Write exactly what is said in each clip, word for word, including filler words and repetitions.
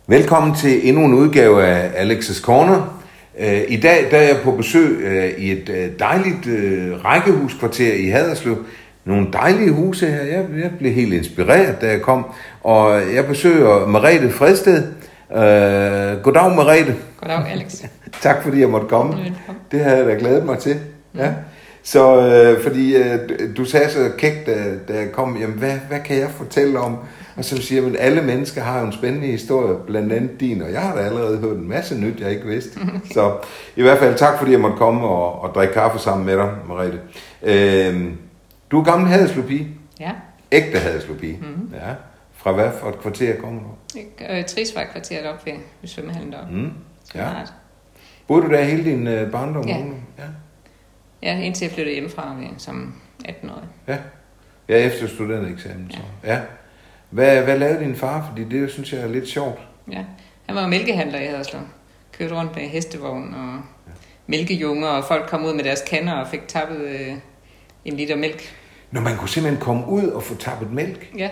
Velkommen til endnu en udgave af Alex's Corner. I dag der er jeg på besøg i et dejligt rækkehuskvarter i Haderslev. Nogle dejlige huse her. Jeg, jeg blev helt inspireret, da jeg kom. Og jeg besøger Merete Fredsted. Uh, goddag, Merete. Goddag, Alex. Tak fordi jeg måtte komme. Velkommen. Det har jeg da glædet mig til. Mm. Ja. Så øh, fordi øh, du sagde så kægt, da, da jeg kom, jamen hvad, hvad kan jeg fortælle om? Og så siger man, at alle mennesker har jo en spændende historie, blandt andet din, og jeg har da allerede hørt en masse nyt, jeg ikke vidste. Okay. Så i hvert fald tak, fordi jeg måtte komme og, og drikke kaffe sammen med dig, Merete. Øh, du er gammel Haderslev-pige. Ja. Ægte Haderslev-pige. Mm-hmm. Ja. Fra hvad for et kvarter kommer du? Øh, Trisvej-kvarteret op ved, ved svømmehallen deroppe. Mm. Ja. Boede du der hele din øh, barndom? Ja. Ja. Ja, indtil jeg flyttede hjemmefra som atten-årig. Ja. Ja, efter studentereksamen. Så. Ja. Ja. Hvad, hvad lavede din far? Fordi det synes jeg er lidt sjovt. Ja, han var mælkehandler i Haderslev. Kørte rundt med hestevogn og ja. mælkejunger, og folk kom ud med deres kander og fik tappet øh, en liter mælk. Når man kunne simpelthen komme ud og få tappet mælk? Ja.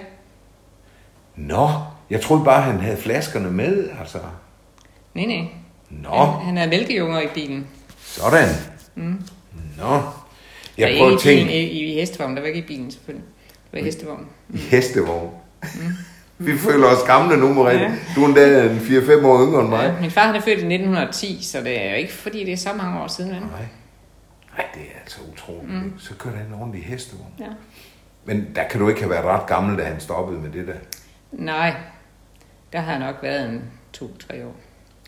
Nå, jeg troede bare, han havde flaskerne med, altså. Nej, nej. Nå. Han, han havde mælkejunger i bilen. Sådan. Mm. Nå. Jeg ja, prøver at tænke... I, i, i hestevogn, der var ikke i bilen selvfølgelig. Det var i hestevogn. Mm. I hestevogn. Mm. Vi føler os gamle nu, Merete. Ja. Du er endda en fire fem år yngre end mig. Ja, min far han er født i nitten ti, så det er jo ikke fordi, det er så mange år siden. Nej, Nej det er altså utroligt. Mm. Så kører der en ordentlig hestevogn. Ja. Men der kan du ikke have været ret gammel, da han stoppede med det der. Nej, der har nok været en to-tre år.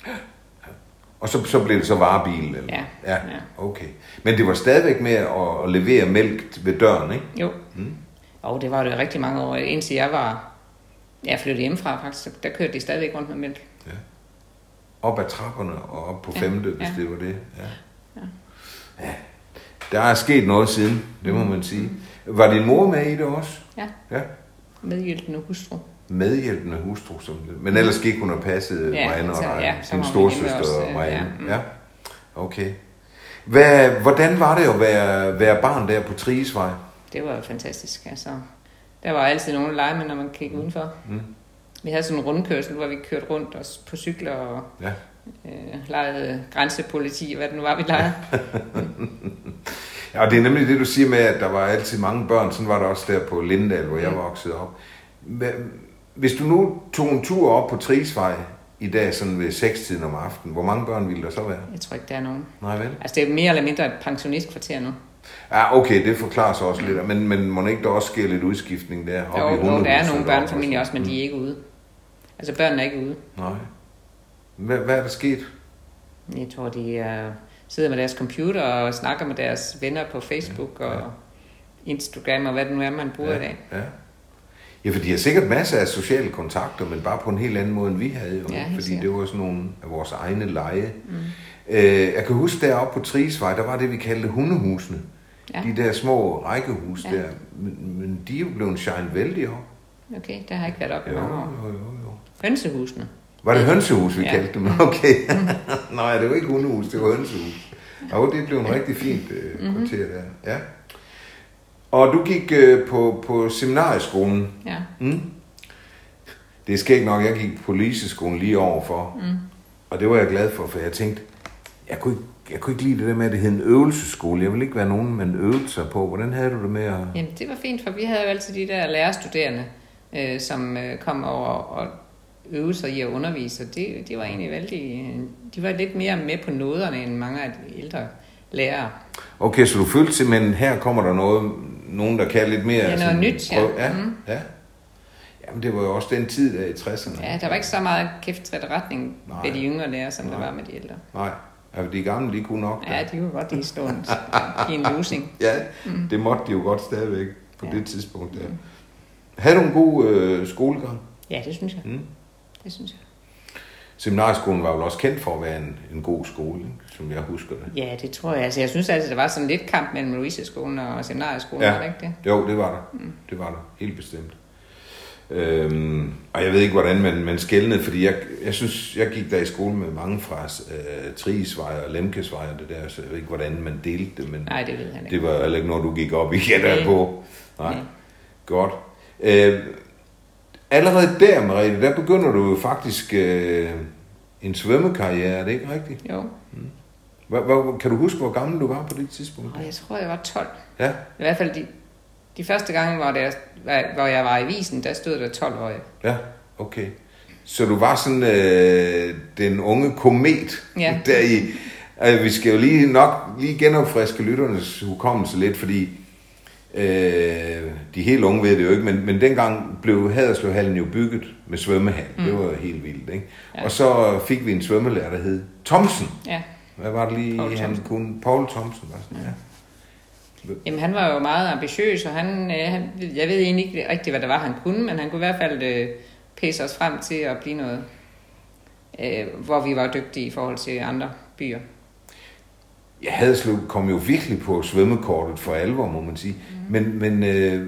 Og så, så blev det så varebil? Eller? Ja. Ja. Okay. Men det var stadigvæk med at, at levere mælk ved døren, ikke? Jo. Mm. Og det var det rigtig mange år, indtil jeg var... Jeg flyttede hjemmefra faktisk, der kørte de stadigvæk rundt med mælk. Ja. Op ad trapperne og op på femte, ja. hvis ja. det var det. Ja. Ja. Ja. Der er sket noget siden, det må man sige. Var din mor med i det også? Ja. Ja. Medhjælpende hustru. Medhjælpende hustru, som det. Men ellers gik hun og passede ja, Marianne og dig, ja, din storsøster og Marianne. Ja. Mm. ja. Okay. Hvad, hvordan var det at være, være barn der på Trisvej? Det var fantastisk, altså. Der var altid nogen at lege med, når man kiggede udenfor. Mm. Vi havde sådan en rundkørsel, hvor vi kørte rundt os på cykler og ja. øh, legede grænsepoliti, hvad det nu var, vi legede. Ja, og det er nemlig det, du siger med, at der var altid mange børn. Sådan var der også der på Lindal, hvor jeg voksede op. Hvis du nu tog en tur op på Trisvej i dag, sådan ved seks-tiden om aftenen, hvor mange børn ville der så være? Jeg tror ikke, der er nogen. Nej, vel? Altså, det er mere eller mindre et pensionistkvarter nu. Ja, okay, det forklarer sig også mm. lidt. Men, men må ikke der også ske lidt udskiftning der? Jo, jo, der er nogle børnefamilier også, men de er ikke ude. Altså, børnene er ikke ude. Nej. Hvad, hvad er der sket? Jeg tror, de uh, sidder med deres computer og snakker med deres venner på Facebook ja, ja. og Instagram og hvad det nu er, man bruger ja, i dag. Ja. Ja, for de har sikkert masser af sociale kontakter, men bare på en helt anden måde, end vi havde. Jo, ja, fordi sikkert. Det var sådan nogle af vores egne lege. Mm. Øh, jeg kan huske deroppe på Trisvej, der var det, vi kaldte hundehusene. Ja. De der små rækkehus ja. der. Men, men de er jo blevet shine vældig op. Okay, der har ikke været op i jo, mange år. Jo, jo, jo. Hønsehusene. Var det hønsehus, vi ja. kaldte dem? Okay. Mm. Nej, det var ikke hundehus, det var hønsehus. Og det blev en rigtig fint øh, mm-hmm. kvarter der. Ja. Og du gik øh, på, på seminarieskolen. Ja. Mm? Det er skægt nok, jeg gik på Liseskolen lige overfor. Mm. Og det var jeg glad for, for jeg tænkte, jeg kunne, ikke, jeg kunne ikke lide det der med, at det hed en øvelsesskole. Jeg ville ikke være nogen, man øvede sig på. Hvordan havde du det med at... Jamen, det var fint, for vi havde jo altid de der lærerstuderende, øh, som øh, kom over og øvede sig i at undervise. Og det, det var egentlig vældig... De var lidt mere med på noderne, end mange af de ældre lærere. Okay, så du følte simpelthen, her kommer der noget, nogen, der kan lidt mere... Ja, noget sådan, nyt, ja. Prøv, ja, mm. ja. Jamen, det var jo også den tid der i tresserne. Ja, der var ikke så meget kæftret retning Nej. ved de yngre lærere, som Nej. der var med de ældre. Nej, altså de gamle, de kunne nok. Ja, de kunne godt lige stå i en losing. Ja, mm. det måtte de jo godt stadigvæk på ja. det tidspunkt der. Mm. Havde du en god øh, skolegang? Ja, det synes jeg. Mm. Det synes jeg. Seminarieskolen var vel også kendt for at være en, en god skole, som jeg husker det. Ja, det tror jeg. Altså, jeg synes altså, der var sådan lidt kamp mellem Louise-skolen og seminarieskolen, ja. var det ikke det? Jo, det var der. Mm. Det var der. Helt bestemt. Øhm, og jeg ved ikke, hvordan man, man skelnede, fordi jeg, jeg synes, jeg gik der i skole med mange fra øh, Trisvej og Lemkesvej og det der, så jeg ved ikke, hvordan man delte det, men Nej, det ved han ikke. Det var heller ikke, når du gik op igen der på. Nej, Nej. Godt. Øh, allerede der, Merete, der begynder du jo faktisk øh, en svømmekarriere, er det ikke rigtigt? Jo. Mm. Hvor, hvor, kan du huske, hvor gammel du var på det tidspunkt? Og jeg tror, jeg var tolv. Ja. I hvert fald de, de første gange, hvor, der, hvor jeg var i avisen, der stod der tolv år. Ja, okay. Så du var sådan øh, den unge komet ja. der i. Altså, vi skal jo lige nok lige genopfriske lytternes hukommelse lidt, fordi øh, de helt unge ved det jo ikke, men, men dengang blev Haderslevhallen jo bygget med svømmehal. Mm. Det var jo helt vildt, ikke? Ja. Og så fik vi en svømmelærer, der hed Thomsen. Ja. Hvad var det lige, Paul han Thomsen. kunne? Paul Thomsen var sådan, ja. ja. Jamen, han var jo meget ambitiøs, og han, øh, han, jeg ved egentlig ikke rigtig, hvad det var, han kunne, men han kunne i hvert fald øh, pæse os frem til at blive noget, øh, hvor vi var dygtige i forhold til andre byer. Ja, Haderslev kom jo virkelig på svømmekortet for alvor, må man sige. Mm. Men, men øh,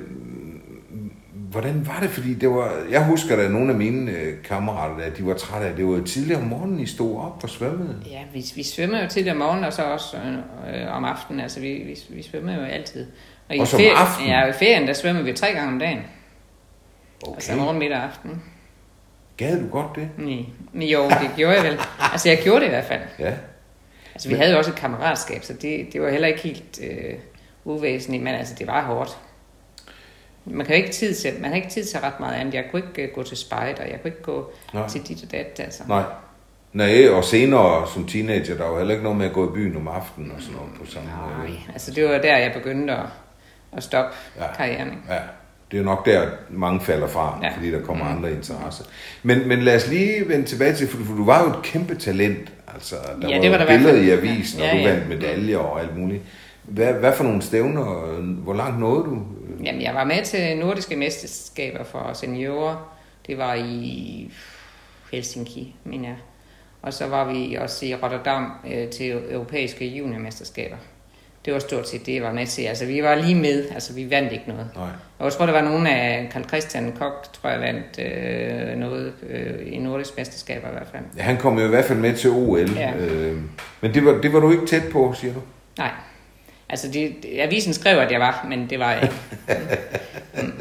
hvordan var det? Fordi det var, jeg husker, at nogle af mine øh, kammerater, at de var trætte af, det var tidligere om morgenen, I stod op og svømmede. Ja, vi, vi svømmede jo tidligere om morgenen, og så også øh, om aftenen. Altså, vi, vi, vi svømmede jo altid. Og i også ferie, om aftenen? Ja, i ferien, der svømmede vi tre gange om dagen. Okay. Altså morgen, middag og aften. Gad du godt det? Nej, men jo, det gjorde jeg vel. Altså, jeg gjorde det i hvert fald. Ja. Altså, vi men... havde jo også et kammeratskab, så det, det var heller ikke helt øh, uvæsentligt, men altså, det var hårdt. Man kan jo ikke tid til, man har ikke tid til ret meget andet. Jeg kunne ikke uh, gå til spejder, jeg kunne ikke gå Nej. til dit og dat. Altså. Nej. Nej, og senere som teenager, der var heller ikke noget med at gå i byen om aftenen og sådan noget på samme måde. Nej, altså det var der, jeg begyndte at, at stoppe ja. karrieren. Ja, det er nok der, mange falder fra, ja. fordi der kommer mm. andre interesser. Men, men lad os lige vende tilbage til, for du var jo et kæmpe talent. Altså, der ja, var, det var der billeder i avisen, ja. og du ja, ja. vandt medaljer og alt muligt. Hvad, hvad for nogle stævner, hvor langt nåede du? Jamen, jeg var med til nordiske mesterskaber for seniorer. Det var i Helsinki, mener jeg. Og så var vi også i Rotterdam øh, til europæiske juniormesterskaber. Det var stort set det, jeg var med til. Altså, vi var lige med. Altså, vi vandt ikke noget. Nej. Og jeg tror, der var nogen af Carl Christian Koch, tror jeg, vandt øh, noget øh, i nordiske mesterskaber i hvert fald. Ja, han kom jo i hvert fald med til O L. Ja. Øh, men det var, det var du ikke tæt på, siger du? Nej. Altså, det, avisen skrev, at jeg var, men det var jeg ikke. Mm.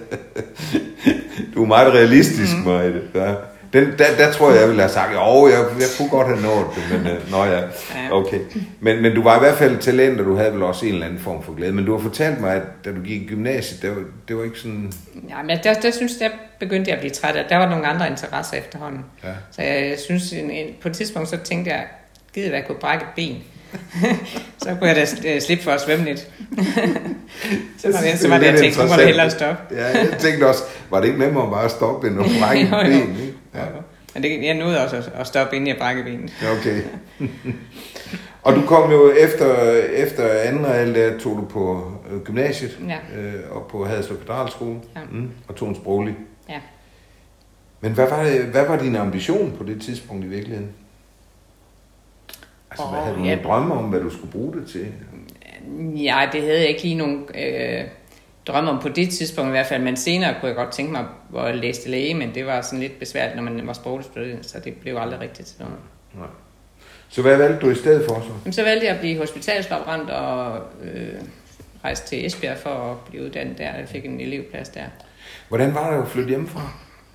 Du er meget realistisk, mm. Merete. Ja. Den, der, der tror jeg, jeg ville have sagt, jo, jeg, jeg kunne godt have nået det, men øh, nå ja, okay. Men, men du var i hvert fald talent, og du havde vel også en eller anden form for glæde. Men du har fortalt mig, at da du gik i gymnasiet, det var, det var ikke sådan... Ja, men der, der synes jeg, begyndte jeg at blive træt af. Der var nogle andre interesser efterhånden. Ja. Så jeg, jeg synes, en, en, på et tidspunkt, så tænkte jeg, gider jeg kunne brække et ben. Så kunne jeg da slippe for at svømme lidt. så var det, så var det jeg tænkte, nu må du hellere stoppe. Ja, jeg tænkte også, var det ikke nemmere bare at stoppe end at brække et ben? Ikke? Ja. Men det, jeg nåede også at stoppe, inden jeg brækkede benet. Okay. Og du kom jo efter, efter anden regel, der tog du på gymnasiet, ja. øh, og på Haderslev Katedralskole, ja. mm, og tog en sproglig. Ja. Men hvad var, det, hvad var din ambition på det tidspunkt i virkeligheden? Altså, oh, havde du ja. nogle drømme om, hvad du skulle bruge det til? Ja, det havde jeg ikke lige nogen øh, drømme om på det tidspunkt i hvert fald, men senere kunne jeg godt tænke mig at læse læge, men det var sådan lidt besværligt, når man var sproglig student, så det blev aldrig rigtigt til noget. Nej. Så hvad valgte du i stedet for så? Jamen, så valgte jeg at blive hospitalslaborant og øh, rejse til Esbjerg for at blive uddannet der. Jeg fik en elevplads der. Hvordan var det at flytte hjemmefra?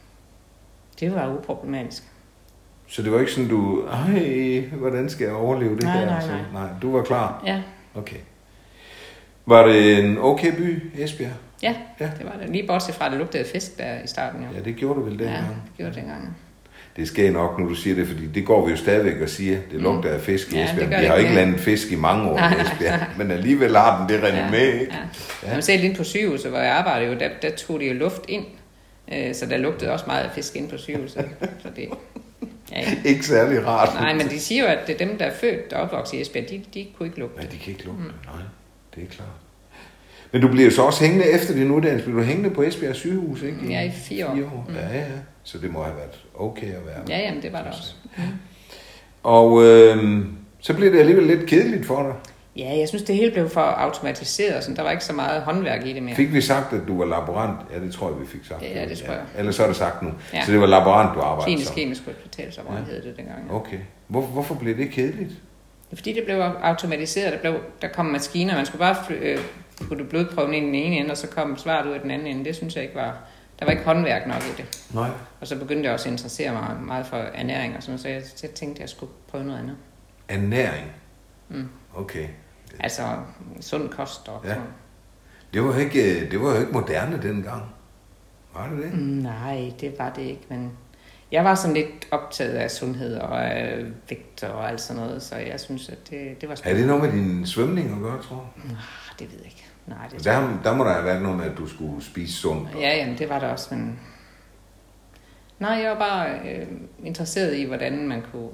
Det var uproblematisk. Så det var ikke sådan, du, ej, hvordan skal jeg overleve det nej, her? Nej, nej, nej. nej. Du var klar? Ja. Okay. Var det en okay by, Esbjerg? Ja, ja, det var det. Lige bortset fra, at det lugtede fisk der i starten. Jo. Ja, det gjorde du vel dengang? Ja, det gjorde det dengang. Det sker nok, når du siger det, fordi det går vi jo stadigvæk og siger, det lugter af fisk i ja, Esbjerg. Vi har jo ikke landet fisk i mange år i Esbjerg, men alligevel har den det rende ja, med, ikke? Ja. Ja. Når selv inde på sygehuset, hvor jeg arbejdede, jo, der, der tog de jo luft ind, så der lugtede også meget af fisk ind på sygehuset. Så det, ja, ja. Ikke særlig rart. Nej, men de siger jo, at det dem, der er født og opvokset i Esbjerg, de, de kunne ikke lugte. Nej, de kan ikke lugte, mm. nej, det er klart. Men du bliver så også hængende efter din uddannelse. Bliver du hængende på Esbjerg sygehus, ikke? Ja, i fire år. Fire år. Mm. Ja, ja. Så det må have været okay at være. Ja, jamen det var det også. Mm. Og øh, så blev det alligevel lidt kedeligt for dig. Ja, jeg synes, det hele blev for automatiseret. Så der var ikke så meget håndværk i det mere. Fik vi sagt, at du var laborant? Ja, det tror jeg, vi fik sagt. Ja, det tror jeg. Ja. Eller så er det sagt nu. Ja. Så det var laborant, du arbejdede Klinisk som. kemisk hospitalslaborant ja. hed det dengang. Ja. Okay. Hvor, hvorfor blev det kedeligt? Fordi det blev automatiseret. Der, blev, der kom maskiner. Man skulle bare øh, putte blodprøven ind i den ene ende, og så kom svaret ud af den anden ende. Det synes jeg ikke var der var ikke håndværk nok i det. Nej. Og så begyndte jeg også at interessere mig meget for ernæring og sådan noget, så jeg, så jeg tænkte, at jeg skulle prøve noget andet. Ernæring? Mm. Okay. Altså sund kost og ja. sådan. Det var, ikke, det var jo ikke moderne dengang. Var det det? Mm, nej, det var det ikke, men jeg var sådan lidt optaget af sundhed og øh, vægt og alt sådan noget, så jeg synes, at det, det var spændende. Er det noget med din svømning at gøre, tror du? Nej, det ved jeg ikke. Nej, det der, der må der have været noget med, at du skulle spise sundt. Ja, jamen, det var der også, men... Nej, jeg var bare øh, interesseret i, hvordan man kunne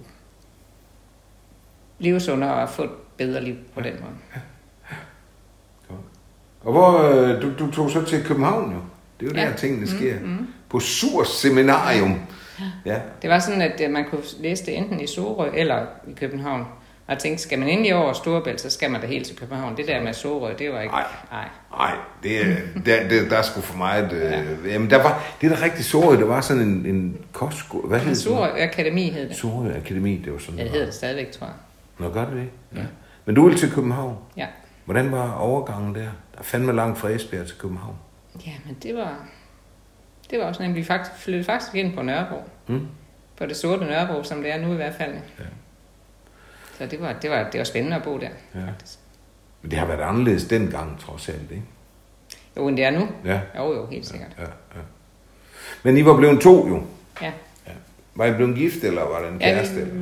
leve sundere og få et bedre liv på den måde. Ja. Ja. Og hvor, øh, du, du tog så til København jo. Det er jo ja. Der, tingene sker. Mm, mm. På Surs Seminarium. Ja. Det var sådan, at man kunne læse det enten i Sorø eller i København. Og jeg tænkte, skal man endelig over Storebælt, så skal man da helt til København. Det der med Sorø, det var ikke... Nej, nej, det, der, det, der er sgu for meget... Øh, jamen, der var, det der rigtig Sorø, det var sådan en, en kostskole... Hvad hed det? Sorø Akademi hed det. Sorø Akademi, det var sådan... Ja, det hedder det stadigvæk, tror jeg. Nå, gør det det? Ja. Ja. Men du ville til København? Ja. Hvordan var overgangen der? Der er fandme langt fra Esbjerg til København. Ja, men det var... Det var også nemt. Vi faktisk, flyttede faktisk ind på Nørrebro. Mm. På det sorte Nørrebro, som det er nu i hvert fald. Ja. Så det var, det, var, det var spændende at bo der, ja. Faktisk. Men det har været anderledes dengang, trods alt, ikke? Jo, end det er nu. Ja. Jo, jo, helt sikkert. Ja, ja, ja. Men I var blevet to, jo. Ja. Ja. Var I blevet gift, eller var det en kæreste? Ja, vi...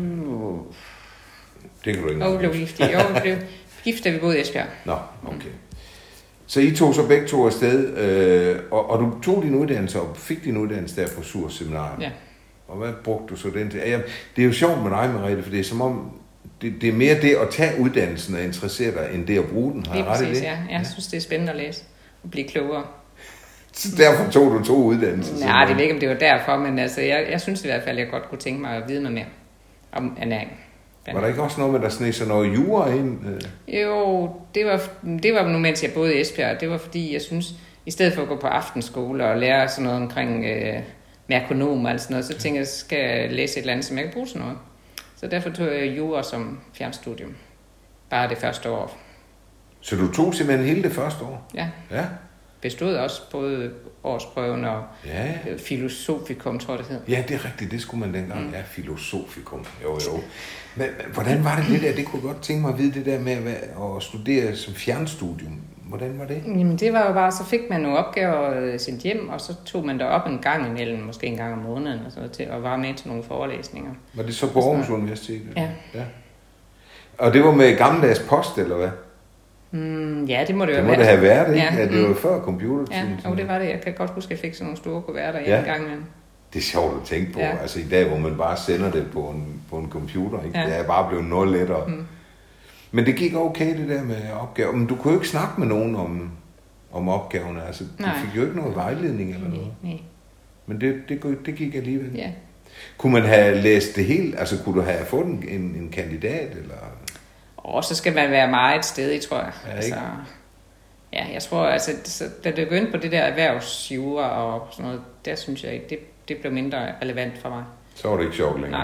Det kan du ikke. Jo, vi blev gift. Jo, vi blev gift, da vi boede i Esbjerg. Nå, okay. Så I tog så begge to afsted, øh, og, og du tog din uddannelse og fik din uddannelse der på Surs Seminarium. Ja. Og hvad brugte du så den til? Ja, det er jo sjovt med dig, Merete, for det er som om, det, det er mere det at tage uddannelsen og interessere dig, end det at bruge den. Har Lige præcis, det? Ja. Jeg ja. synes, det er spændende at læse og blive klogere. Så derfor tog du to uddannelser? Nej, det ved ikke, om det var derfor, men altså, jeg, jeg synes i hvert fald, at jeg godt kunne tænke mig at vide noget mere om ernæring. Var der ikke også noget med, der sneg sig noget jura ind? Jo, det var, det var nu, mens jeg boede i Esbjerg. Det var fordi, jeg synes, i stedet for at gå på aftenskole og lære sådan noget omkring øh, merkonom og alt sådan noget, så tænkte jeg, skal jeg læse et eller andet, som jeg kan bruge sådan noget. Så derfor tog jeg jura som fjernstudium. Bare det første år. Så du tog simpelthen hele det første år? Ja. Ja. Bestod også både årsprøven og ja. filosofikum, tror jeg det hed. Ja, det er rigtigt. Det skulle man dengang. Mm. Ja, filosofikum. Jo, jo. Men hvordan var det det der? Det kunne godt tænke mig at vide, det der med at, at studere som fjernstudium. Hvordan var det? Jamen det var jo bare, så fik man nogle opgaver sendt hjem, og så tog man derop en gang imellem, måske en gang om måneden, og, så til, og var med til nogle forelæsninger. Var det så på Aarhus Universitet? Ja. ja. Og det var med gammeldags post, eller hvad? Mm, ja, det må det jo det være. Det må det have været, ikke? Ja, ja det var mm. før computertiden. Ja, og det var det. Jeg kan godt huske, at jeg fik sådan nogle store kuverter ja. en gang imellem. Det er sjovt at tænke på. Ja. Altså i dag, hvor man bare sender det på en, på en computer, ikke? Ja. Det er bare blevet noget lettere. Mm. Men det gik okay, det der med opgaver. Men du kunne jo ikke snakke med nogen om, om opgaverne. Altså, du Nej. fik jo ikke noget vejledning eller noget. Nej. Men det, det, det gik alligevel. Ja. Kunne man have læst det helt? Altså, kunne du have fået en, en, en kandidat? Eller? Og så skal man være meget stedig, tror jeg. Ja, altså, ja, jeg tror, altså, så, da det begyndte på det der erhvervsjura og sådan noget, der synes jeg ikke, det, det blev mindre relevant for mig. Så var det ikke sjovt længere. Nej.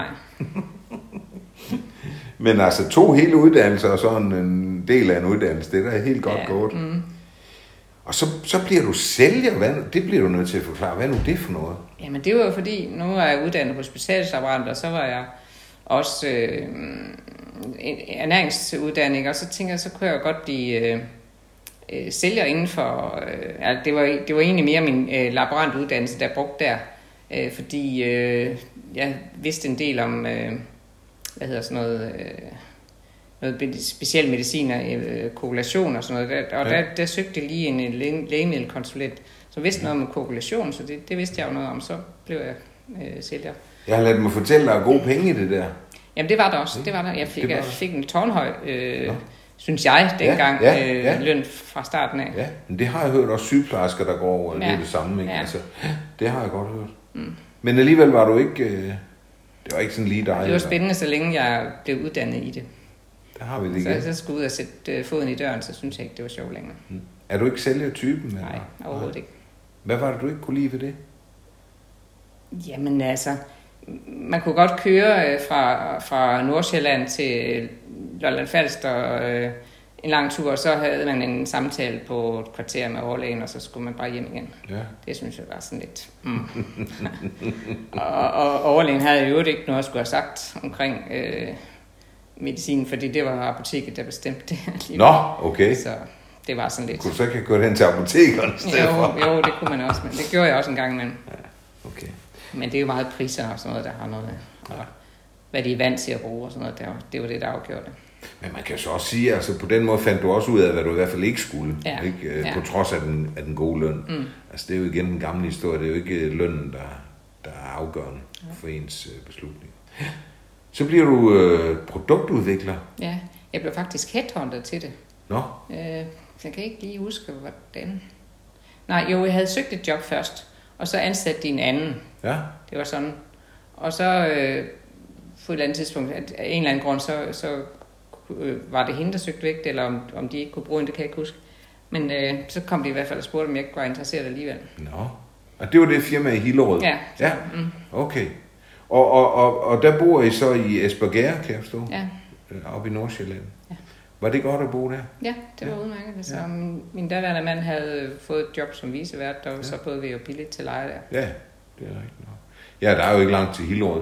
Men altså, to hele uddannelser og sådan en del af en uddannelse, det er da helt godt ja, gået. Mm. Og så, så bliver du sælger, hvad, det bliver du nødt til at forklare. Hvad er nu det for noget? Jamen det var jo fordi, nu var jeg uddannet på hospitalslaborant, og så var jeg også øh, ernæringsuddanning, og så tænkte jeg, så kunne jeg godt blive øh, øh, sælger inden for, øh, altså det, var, det var egentlig mere min øh, laborantuddannelse, der jeg brugte der, øh, fordi øh, jeg vidste en del om, øh, hvad hedder sådan noget... Øh, noget speciel medicin og øh, koagulation og sådan noget. Der, og ja. der, der søgte lige en, en lægemiddelkonsulent, som vidste noget om koagulation, så det, det vidste jeg jo noget om. Så blev jeg øh, sælger. Jeg har ladet mig fortælle dig, at gode penge i det der. Jamen det var der også. Det var der. Jeg fik, jeg fik en tårnhøj, øh, ja. synes jeg, dengang ja, ja, ja. Øh, løn fra starten af. Ja, men det har jeg hørt også sygeplejersker, der går over. Ja. Det er det samme, ikke? Ja. Altså, det har jeg godt hørt. Mm. Men alligevel var du ikke... Øh, det var ikke sådan lige dig. Det var spændende, så længe jeg blev uddannet i det. Der har vi det igen. Så jeg skulle ud og sætte foden i døren, så synes jeg ikke, det var sjovt længere. Mm. Er du ikke sælgertypen? Eller? Nej, overhovedet ikke. Hvad var det, du ikke kunne lide ved det? Jamen altså, man kunne godt køre fra, fra Nordsjælland til Lolland Falster, øh, en lang tur, og så havde man en samtale på et kvarter med overlægen, og så skulle man bare hjem igen. Ja. Det synes jeg var sådan lidt... Mm. og, og overlægen havde jo ikke noget at skulle have sagt omkring øh, medicin, fordi det var apoteket, der bestemte det. Nå, okay. Så det var sådan lidt... Kunne du så ikke gå hen til apotekeren i stedet for? Jo, jo, det kunne man også, men det gjorde jeg også en gang imellem. Ja, okay. Men det er jo meget priser og sådan noget, der har noget med. Og hvad de er vant til at bruge og sådan noget, der, det var det, der afgjorde det. Men man kan så også sige, altså på den måde fandt du også ud af, hvad du i hvert fald ikke skulle, ja. ikke? Ja. På trods af den, af den gode løn. Mm. Altså det er jo igen den gamle historie, det er jo ikke lønnen, der, der er afgørende ja. for ens øh, beslutning. Så bliver du øh, produktudvikler. Ja, jeg blev faktisk headhunted til det. Nå? Øh, jeg kan ikke lige huske, hvordan... Nej, jo, jeg havde søgt et job først, og så ansatte de en anden. Ja. Det var sådan. Og så øh, på et eller andet tidspunkt, at af en eller anden grund, så, så øh, var det hende, der søgte væk, eller om, om de ikke kunne bruge hende, det kan jeg ikke huske. Men øh, så kom de i hvert fald og spurgte, om jeg ikke var interesseret alligevel. Nå, og det var det firma i Hillerød? Ja. Ja, mm. Okay. Og, og, og, og der bor I så i Espergærde, kan jeg forstå? Ja. Oppe i Nordsjælland? Ja. Var det godt at bo der? Ja, det var ja. udmærket. Så ja. min, min daværende mand havde fået et job som vicevært, der ja. så boede vi jo billigt til leje der. Ja, det er rigtigt nok. Ja, der er jo ikke langt til Hillerød.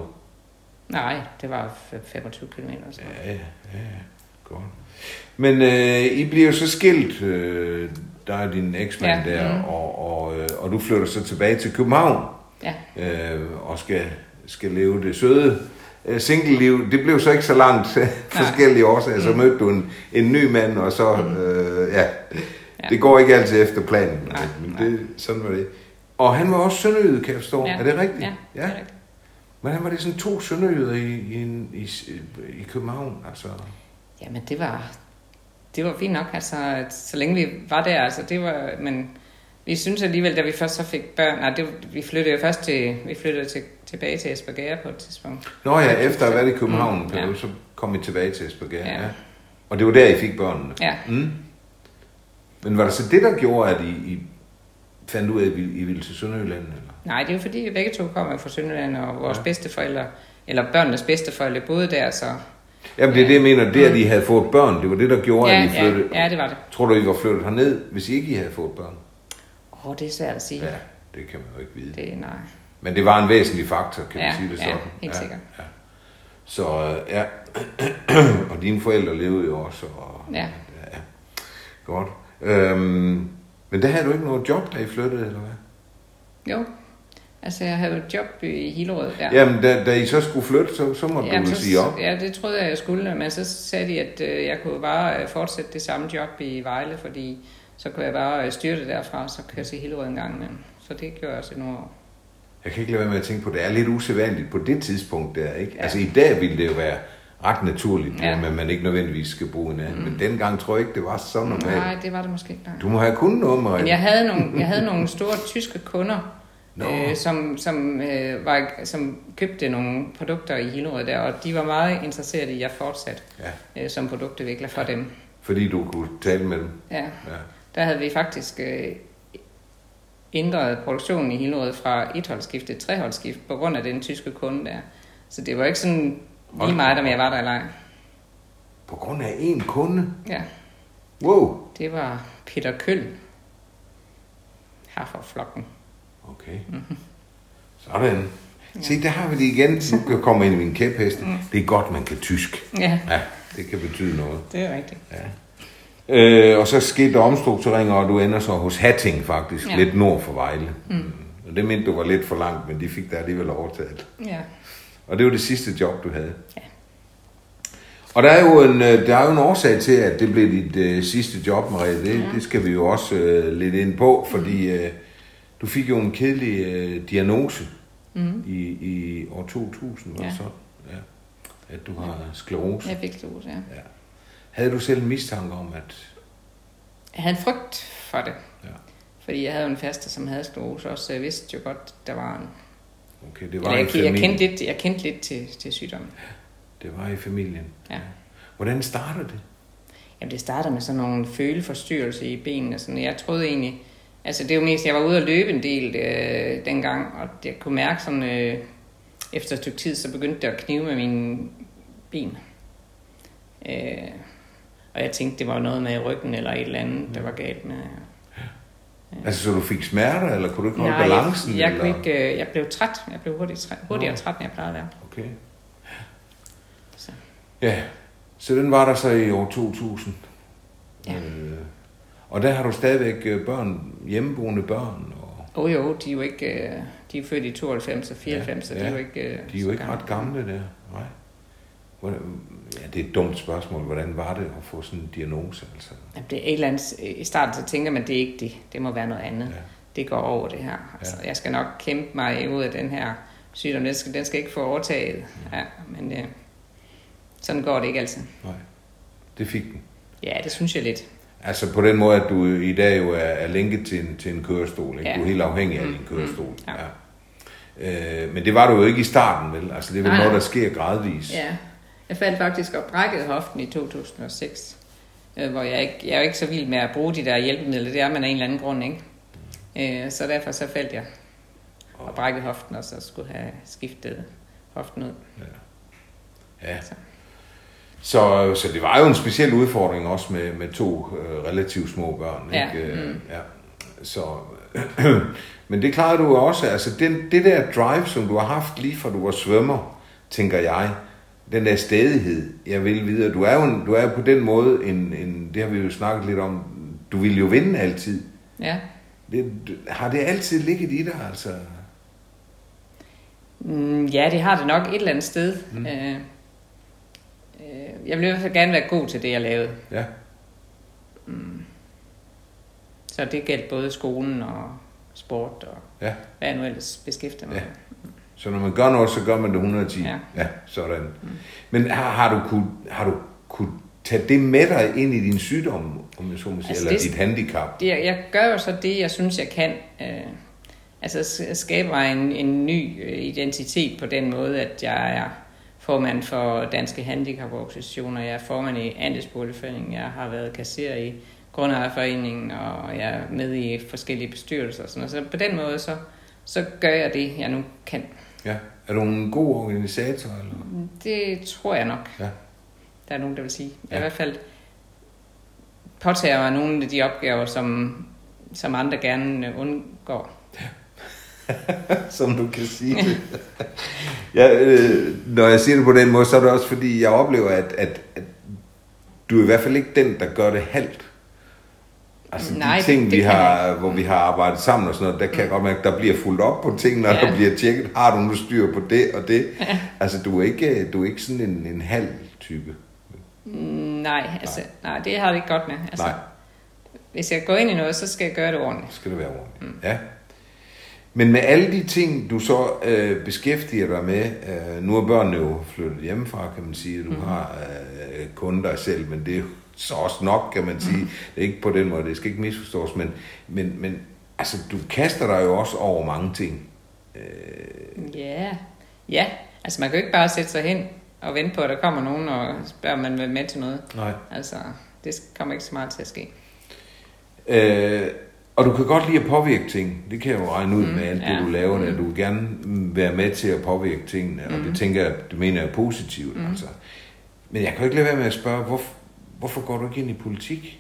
Nej, det var femogtyve kilometer. Så. Ja, ja, ja, godt. Men øh, I bliver jo så skilt, øh, der er din eksmand ja. der, mm. og, og, øh, og du flytter så tilbage til København. Ja. Øh, og skal, skal leve det søde øh, single-liv. Det blev så ikke så langt forskellige årsager. Så mødte du en, en ny mand, og så, øh, ja, ja, det går ikke altid efter planen. Nej, men det, sådan var det. Og han var også sønderjyde, kan jeg forstå. Ja. Er det rigtigt? Ja, det er rigtigt. Hvordan var det sådan to sønderjyder i, i, i, i København? Altså? Jamen, det var, det var fint nok, altså, så længe vi var der. Altså, det var, men vi synes alligevel, da vi først så fik børn, nej, det, vi flyttede jo først til, vi flyttede til, tilbage til Espergærde på et tidspunkt. Nå ja, efter at have været i København, mm, ja. så kom I tilbage til Espergærde. Ja. Ja. Og det var der, I fik børnene? Ja. Mm. Men var det så det, der gjorde, at I, I fandt ud af, at I ville til Sønderjylland? Eller? Nej, det er jo fordi, vi begge to kommer fra Sønderjylland, og vores ja. bedsteforældre, eller børnenes bedsteforældre, boede der, så... Jamen, det er det, jeg mener. Det, at I havde fået børn, det var det, der gjorde, ja, at I flyttede... Ja, ja, det var det. Tror du, I var flyttet herned, hvis I ikke I havde fået børn? Åh, oh, det er svært at sige. Ja, det kan man jo ikke vide. Det, nej. Men det var en væsentlig faktor, kan ja, man sige det sådan. Ja, helt ja, sikkert. Ja. Så, ja. Og dine forældre levede jo også. Og, ja. ja. Godt. Øhm, men der havde du ikke noget job, da I flyttede, eller hvad? Jo. Altså, jeg havde et job i Hillerød der. Jamen, da, da I så skulle flytte, så, så måtte Jamen, du så, sige op. Ja, det troede jeg, jeg skulle. Men så sagde de, at øh, jeg kunne bare fortsætte det samme job i Vejle, fordi så kunne jeg bare styre det derfra, og så køre til Hillerød en gang imellem. Så det gjorde jeg også i nogle år. Jeg kan ikke lade være med at tænke på, det er lidt usædvanligt på det tidspunkt der, ikke? Ja. Altså, i dag ville det jo være ret naturligt, ja. at man ikke nødvendigvis skal bo hinanden. Mm. Men dengang tror jeg ikke, det var så normalt. Nej, det var det måske ikke. Nej. Du må have kunnet noget, Marie. Men jeg havde nogle, jeg havde nogle store tyske kunder, no. øh, som, som, øh, var, som købte nogle produkter i Hillerød der, og de var meget interesserede i, at jeg fortsatte ja. øh, som produktudvikler for ja. dem. Fordi du kunne tale med dem? Ja. ja. Der havde vi faktisk øh, ændret produktionen i Hillerød fra etholdsskift til treholdsskift på grund af den tyske kunde der. Så det var ikke sådan lige meget, om jeg var der eller ej. På grund af en kunde? Ja. Wow. Det var Peter Køll. Haferflokken. Okay. Mm-hmm. Sådan. Ja. Se, der har vi det igen. Nu kan jeg komme ind i min kæpheste. Mm. Det er godt, man kan tysk. Ja. Ja, det kan betyde noget. Det er rigtigt. Ja. Øh, og så skete der omstruktureringer, og du ender så hos Hatting faktisk, ja. lidt nord for Vejle. Mm. Og det mente du var lidt for langt, men de fik der alligevel overtaget. Ja. Og det var det sidste job, du havde. Ja. Og der er jo en, der er jo en årsag til, at det blev dit uh, sidste job, Marie. Det, ja. det skal vi jo også uh, lidt ind på, fordi uh, du fik jo en kedelig uh, diagnose mm. i, i år to tusind, ja. Så, ja, at du har ja. sklerose. Jeg fik sklerose, ja. ja. Havde du selv en mistanke om, at... Jeg havde en frygt for det. Ja. Fordi jeg havde en faster, som havde sklerose også, så jeg vidste jo godt, der var en... Okay, det var Eller, i jeg, familien. Jeg kendte lidt, jeg kendte lidt til, til sygdommen. Det var i familien. Ja. Hvordan startede det? Jamen, det startede med sådan nogle føleforstyrrelser i benene. Sådan. Jeg troede egentlig... Altså, det var mest... Jeg var ude at løbe en del øh, dengang, og jeg kunne mærke sådan... Øh, efter et stykke tid, så begyndte det at knive med mine ben. Øh, og jeg tænkte, det var noget med ryggen eller et eller andet, der var galt med. Ja. Altså, så du fik smerter, eller kunne du ikke holde Nej, balancen? jeg, jeg, eller? kunne ikke, øh, jeg blev træt. Jeg blev hurtigt træt, hurtigere oh. træt, end jeg plejede at være. Okay. Så. Ja, så den var der så i år to tusind. Ja. Øh, og der har du stadigvæk børn, hjemmeboende børn? Åh oh, jo, de er jo ikke, de er født i tooghalvfems og fireoghalvfems, ja, så de er jo ikke De er jo ikke gamle. ret gamle der, nej. Hvordan, ja, det er et dumt spørgsmål. Hvordan var det at få sådan en diagnose? Altså? Jamen, det er et eller andet, i starten så tænker man, det er ikke det. Det må være noget andet. Ja. Det går over det her. Altså, ja. Jeg skal nok kæmpe mig ud af den her sygdom. Den skal, den skal ikke få overtaget. Ja, men øh, sådan går det ikke altid. Nej, det fik den. Ja, det synes jeg lidt. Altså på den måde, at du i dag jo er, er lænket til en, til en kørestol. Ikke? Ja. Du er helt afhængig af mm, din kørestol. Mm, ja. Ja. Øh, men det var du jo ikke i starten, vel? Altså det er vel nej, noget, der sker gradvis. Ja. Jeg faldt faktisk og brækkede hoften i to tusind og seks, øh, hvor jeg, ikke, jeg er jo ikke så vild med at bruge de der hjælpemidler. Det er man af en eller anden grund, ikke? Øh, så derfor så faldt jeg og brækkede hoften, og så skulle have skiftet hoften ud. Ja. Ja. Så. Så, så det var jo en speciel udfordring også med, med to øh, relativt små børn. Ja. Ikke? Mm. Ja. Så, men det klarede du jo også. Altså den, det der drive, som du har haft lige fra du var svømmer, tænker jeg, den der stædighed, jeg vil videre. Du er jo, en, du er jo på den måde, en, en, det har vi jo snakket lidt om, du vil jo vinde altid. Ja. Det, har det altid ligget i dig, altså? Mm, ja, det har det nok et eller andet sted. Mm. Øh, øh, jeg ville i hvert fald gerne være god til det, jeg lavede. Ja. Mm. Så det galt både skolen og sport og ja. Hvad jeg nu ellers beskæftiger mig med. Ja. Så når man gør noget, så gør man det et hundrede og ti. Ja, ja sådan. Mm. Men har, har du kunne, har du kunne tage det med dig ind i din sygdom, om jeg så må sige, altså eller det, dit handicap? Det, jeg gør jo så det, jeg synes, jeg kan. Øh, altså skabe mig en, en ny identitet på den måde, at jeg er formand for Danske Handicaporganisationer, jeg er formand i Andelsboligforeningen, jeg har været kasserer i Grundejerforeningen, og jeg er med i forskellige bestyrelser og sådan noget. Så på den måde, så, så gør jeg det, jeg nu kan. Ja. Er du en god organisator? Eller? Det tror jeg nok. Ja. Der er nogen, der vil sige. Jeg ja. I hvert fald påtager mig nogle af de opgaver, som, som andre gerne undgår. Som du kan sige det. Ja, øh, når jeg siger det på den måde, så er det også fordi, jeg oplever, at, at, at du er i hvert fald ikke den, der gør det halvt. Altså nej, de ting, det, vi det har, hvor vi har arbejdet sammen og sådan noget, der kan jeg godt mærke, der bliver fulgt op på tingene, og ja. Der bliver tjekket, har du nu styr på det og det. Ja. Altså du er ikke, du er ikke sådan en, en halv type. Nej, altså, nej. nej, det har det ikke godt med. Altså, nej. Hvis jeg går ind i noget, så skal jeg gøre det ordentligt. Skal det være ordentligt, mm. ja. Men med alle de ting, du så øh, beskæftiger dig med, øh, nu er børnene jo flyttet hjemmefra, kan man sige, du mm. har øh, kun dig selv, men det er jo så også nok, kan man sige. Mm. Det er ikke på den måde, det skal ikke misforstås, men, men, men altså, du kaster dig jo også over mange ting. Øh... Ja, ja. Altså man kan jo ikke bare sætte sig hen og vente på, at der kommer nogen og spørger, om man vil med til noget. Nej. Altså, det kommer ikke så meget til at ske. Øh... Og du kan godt lide at påvirke ting. Det kan jeg jo regne ud mm, med alt det, ja. Du laver. Mm. Du vil gerne være med til at påvirke tingene, og mm. det tænker jeg, det mener jeg er positivt. Mm. Altså. Men jeg kan jo ikke lade være med at spørge, hvorfor, hvorfor går du ikke ind i politik?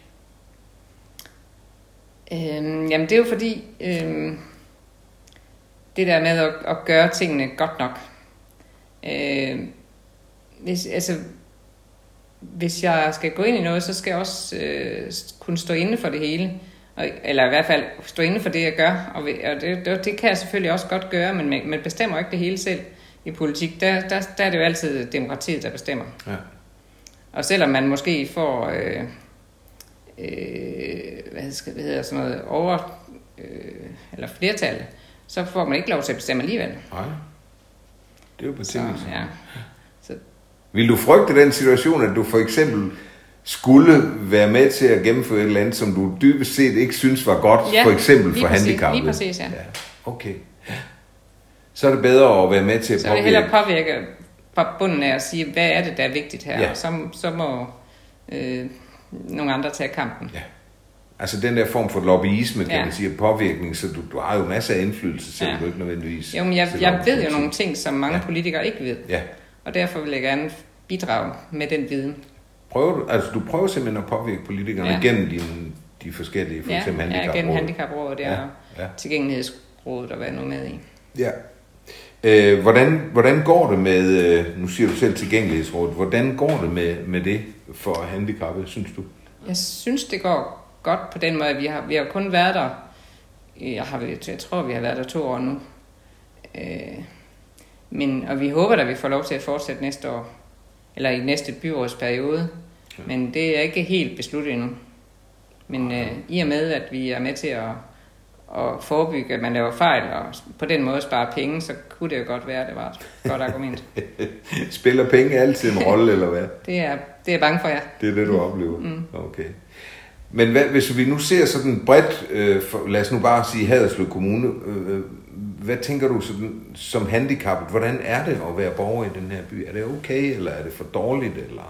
Øhm, jamen det er jo fordi, øhm, det der med at, at gøre tingene godt nok. Øhm, hvis, altså, hvis jeg skal gå ind i noget, så skal jeg også øh, kunne stå inde for det hele. Eller i hvert fald stå inde for det, jeg gør. Og det, det, det kan jeg selvfølgelig også godt gøre, men man bestemmer ikke det hele selv i politik. Der, der, der er det jo altid demokratiet, der bestemmer. Ja. Og selvom man måske får øh, øh, hvad skal det hedder, sådan noget over øh, eller flertal, så får man ikke lov til at bestemme alligevel. Nej, det er jo betingelsen. Ja. Så. Vil du frygte den situation, at du for eksempel skulle være med til at gennemføre et eller andet, som du dybest set ikke synes var godt, ja, for eksempel for handicappede? Lige præcis, ja. ja. Okay. Så er det bedre at være med til at så påvirke. Så er det hellere påvirke fra bunden af at sige, hvad er det, der er vigtigt her? Ja. Og så, så må øh, nogle andre tage kampen. Ja. Altså den der form for lobbyisme, kan ja. Man sige, påvirkning, så du, du har jo masser af indflydelse, selvom ja. Du ikke nødvendigvis... Jo, men jeg, jeg ved jo nogle ting, som mange ja. Politikere ikke ved. Ja. Og derfor vil jeg gerne bidrage med den viden. Prøver du, altså du prøver simpelthen at påvirke politikerne ja. gennem dine, de forskellige, for ja, eksempel handicaprådet. Ja, gennem handicaprådet ja, og ja. tilgængelighedsrådet og hvad nu med i. Ja. Øh, hvordan, hvordan går det med, nu siger du selv tilgængelighedsrådet, hvordan går det med, med det for handicappede, synes du? Jeg synes, det går godt på den måde. Vi har, vi har kun været der, jeg, har, jeg tror, vi har været der to år nu. Øh, men, og vi håber, at vi får lov til at fortsætte næste år, eller i næste byrådsperiode. Ja. Men det er ikke helt besluttet endnu. Men øh, i og med, at vi er med til at, at forebygge, at man laver fejl, og på den måde spare penge, så kunne det jo godt være, at det var et godt argument. Spiller penge altid en rolle, eller hvad? Det er, det er bange for, ja. Det er det, du oplever? Mm. Okay. Men hvad, hvis vi nu ser sådan bredt, øh, for, lad os nu bare sige Haderslev Kommune, øh, hvad tænker du sådan, som handicappet, hvordan er det at være borger i den her by? Er det okay, eller er det for dårligt, eller...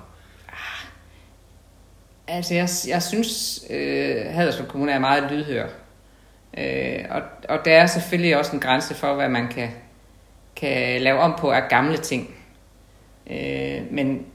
Altså, jeg, jeg synes, øh, Haderslev Kommune er meget lydhør. Øh, og, og der er selvfølgelig også en grænse for, hvad man kan, kan lave om på af gamle ting. Øh, men,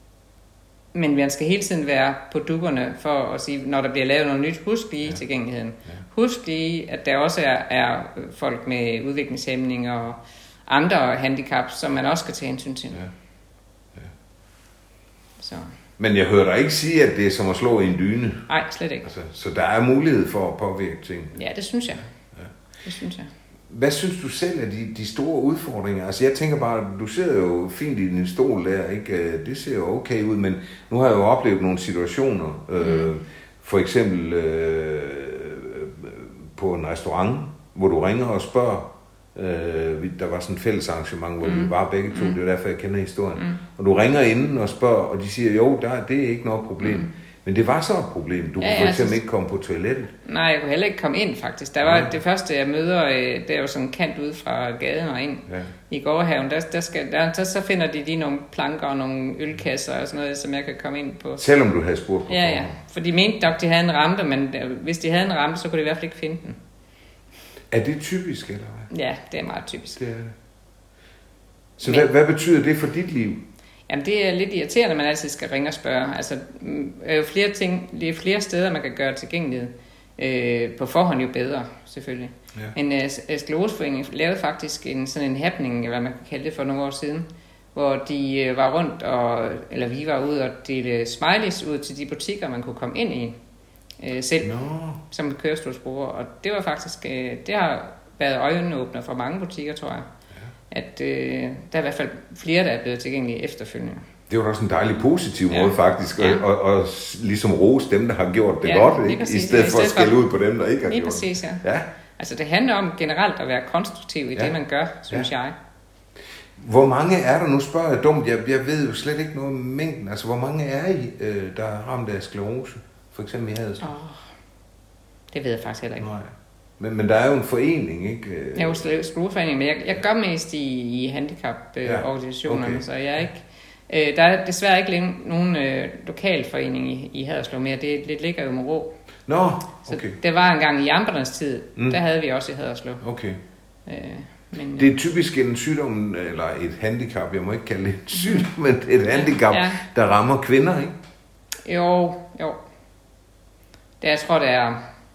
men man skal hele tiden være på dupperne for at sige, når der bliver lavet noget nyt, husk lige ja. tilgængeligheden. Ja. Husk lige, at der også er, er folk med udviklingshæmning og andre handicap, som man også skal tage hensyn til. Ja. Ja. Så... Men jeg hører dig ikke sige, at det er som at slå i en dyne. Nej, slet ikke. Altså, så der er mulighed for at påvirke ting. Ja, det synes jeg. Ja. Det synes jeg. Hvad synes du selv er de, de store udfordringer? Altså jeg tænker bare, du sidder jo fint i din stol der, ikke? Det ser jo okay ud, men nu har jeg jo oplevet nogle situationer. Mm. Øh, for eksempel øh, på en restaurant, hvor du ringer og spørger. Øh, der var sådan et fælles arrangement, hvor mm. vi var begge to, mm. det er derfor, jeg kender historien. Mm. Og du ringer inden og spørger, og de siger, jo, der, det er ikke noget problem. Mm. Men det var så et problem. Du ja, kunne for eksempel ikke komme på toilettet. Nej, jeg kunne heller ikke komme ind, faktisk. Der var ja. det første, jeg møder, der er jo sådan kant ud fra gaden og ind ja. i gårdhaven. Der, der skal, der, der, så finder de lige nogle planker og nogle ølkasser og sådan noget, som jeg kan komme ind på. Selvom du havde spurgt på Ja, ja. For de mente nok, de havde en rampe, men hvis de havde en rampe, så kunne de i hvert fald ikke finde den. Er det typisk, eller hvad? Ja, det er meget typisk. Det er det. Så men, hvad, hvad betyder det for dit liv? Jamen, det er lidt irriterende, at man altid skal ringe og spørge. Altså, er jo flere ting, det er flere steder, man kan gøre tilgængelighed. Øh, på forhånd jo bedre, selvfølgelig. Ja. Men uh, Skleroseforeningen lavede faktisk en sådan en happening, hvad man kan kalde det, for nogle år siden, hvor de uh, var rundt, og, eller vi var ude og dele smileys ud til de butikker, man kunne komme ind i uh, selv, no. som kørestolsbruger. Og det var faktisk, uh, det har været øjenåbner for mange butikker, tror jeg. At øh, der er i hvert fald flere, der er blevet tilgængelige efterfølgende. Det var også en dejlig positiv ja. måde faktisk, ja. og, og, og ligesom rose dem, der har gjort det ja, godt, ikke? Præcis, i stedet ja, for at skælde ud på dem, der ikke har lige gjort præcis, det. Ja. ja. Altså det handler om generelt at være konstruktiv i ja. det, man gør, synes ja. jeg. Hvor mange er der, nu spørger jeg dumt, jeg, jeg ved jo slet ikke noget om mængden, altså hvor mange er I, øh, der er ramt af sklerose, for eksempel i Haderslev? Oh, det ved jeg faktisk heller ikke. Nej. Men, men der er jo en forening, ikke? Jeg er jo Skleroseforeningen, men jeg, jeg gør mest i, i handicaporganisationerne, ja, okay. så jeg er ikke... Øh, der er desværre ikke nogen øh, lokalforening i, i Haderslev mere, det, det ligger jo med Rå. Nå, okay. Så det var engang i amternes tid, mm. der havde vi også i Haderslev. Okay. Øh, men, det er typisk en sygdom, eller et handicap, jeg må ikke kalde det et sygdom, men et handicap, ja. der rammer kvinder, ikke? Jo, jo. Det, jeg tror, det er...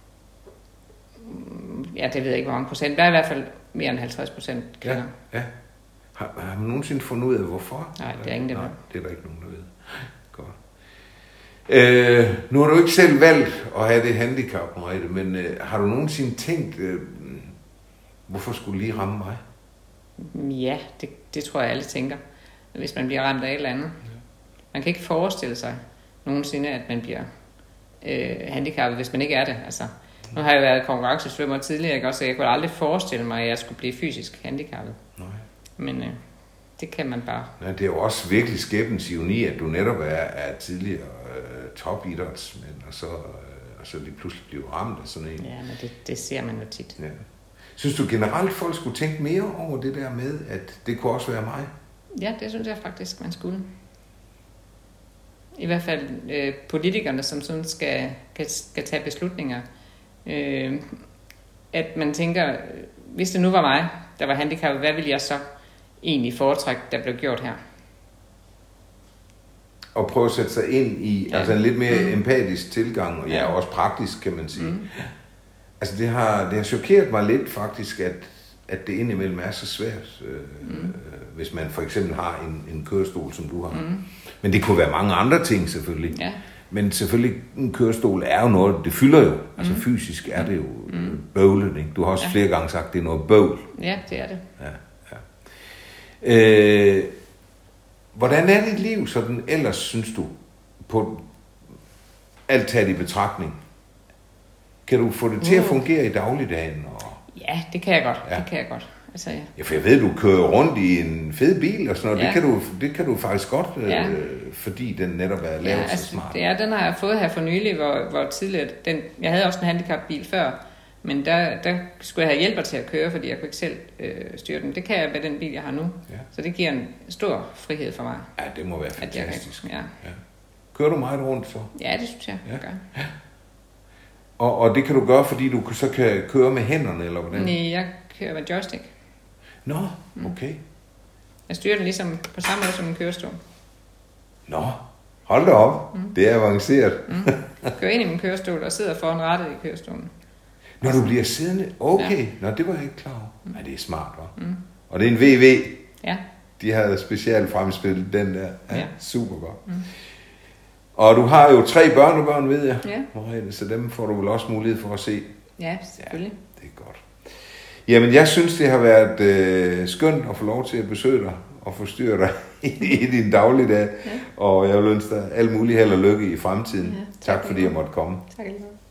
Ja, det ved jeg ikke, hvor mange procent. Der er i hvert fald mere end halvtreds procent kvinder. Ja, ja. Har, har man nogensinde fundet ud af, hvorfor? Nej, det er ingen, der ved. Nej, det er der ikke nogen, der ved. Godt. Øh, nu har du ikke selv valgt at have det handicap, Merete, men øh, har du nogensinde tænkt, øh, hvorfor skulle lige ramme mig? Ja, det, det tror jeg, alle tænker, hvis man bliver ramt af et eller andet. Ja. Man kan ikke forestille sig nogensinde, at man bliver øh, handicappet, hvis man ikke er det, altså. Nu har jeg været konkurrencesvømmer tidligere, ikke? Også, så jeg kunne aldrig forestille mig, at jeg skulle blive fysisk handicappet. Nej. Men øh, det kan man bare. Ja, det er jo også virkelig skæbnens ironi, at du netop er, er tidligere øh, topidrætsmand, og så, øh, og så lige pludselig bliver ramt af sådan en. Ja, men det, det ser man jo tit. Ja. Synes du generelt, folk skulle tænke mere over det der med, at det kunne også være mig? Ja, det synes jeg faktisk, man skulle. I hvert fald øh, politikerne, som sådan skal, skal, skal tage beslutninger. Øh, at man tænker, hvis det nu var mig, der var handicappet, hvad ville jeg så egentlig foretrække, der blev gjort her? at prøve at sætte sig ind i, ja. altså en lidt mere mm. empatisk tilgang, og ja, ja, også praktisk, kan man sige. Mm. Altså det har, det har chokeret mig lidt faktisk, at, at det indimellem er så svært, øh, mm. hvis man for eksempel har en, en kørestol, som du har. Mm. Men det kunne være mange andre ting selvfølgelig. Ja. Men selvfølgelig, en kørestol er jo noget, det fylder jo. Altså mm. fysisk er det jo mm. bøvlet, ikke? Du har også ja. flere gange sagt, at det er noget bøvl. Ja, det er det. Ja, ja. Øh, hvordan er dit liv sådan ellers, synes du, på alt taget i betragtning? Kan du få det til at fungere i dagligdagen? Og... Ja, det kan jeg godt. Ja. Det kan jeg godt. Altså, ja. ja, for jeg ved, du kører rundt i en fed bil og sådan noget. Ja. Det, kan du, det kan du faktisk godt, ja. øh, fordi den netop er lavet ja, altså, så smart. Ja, den har jeg fået her for nylig, hvor, hvor tidligere... Den, jeg havde også en handicapbil før, men der, der skulle jeg have hjælper til at køre, fordi jeg kunne ikke selv øh, styre den. Det kan jeg med den bil, jeg har nu. Ja. Så det giver en stor frihed for mig. Ja, det må være fantastisk. Kan, ja. Ja. Kører du meget rundt så? Ja, det synes jeg, ja. jeg gør. Ja. Og, og det kan du gøre, fordi du så kan køre med hænderne, eller hvordan? Nej, jeg kører med joystick. Nå, okay. Jeg styrer den ligesom på samme måde som en kørestol. Nå, hold da op. Mm. Det er avanceret. Mm. Jeg kører ind i min kørestol og sidder foran rattet i kørestolen. Når du bliver siddende? Okay. Ja. Nå, det var jeg ikke klar over. Mm. Nej, det er smart, hva'? Mm. Og det er en V V. Ja. De havde specielt fremspillet den der. Ja, ja. Super godt. Mm. Og du har jo tre børnebørn, ved jeg. Ja. Marianne, så dem får du vel også mulighed for at se. Ja, selvfølgelig. Ja, det er godt. Jamen, jeg synes, det har været øh, skønt at få lov til at besøge dig og forstyrre dig i, i din dagligdag. Ja. Og jeg vil ønske dig alt muligt held og lykke i fremtiden. Ja, tak, tak fordi jeg måtte komme. Tak.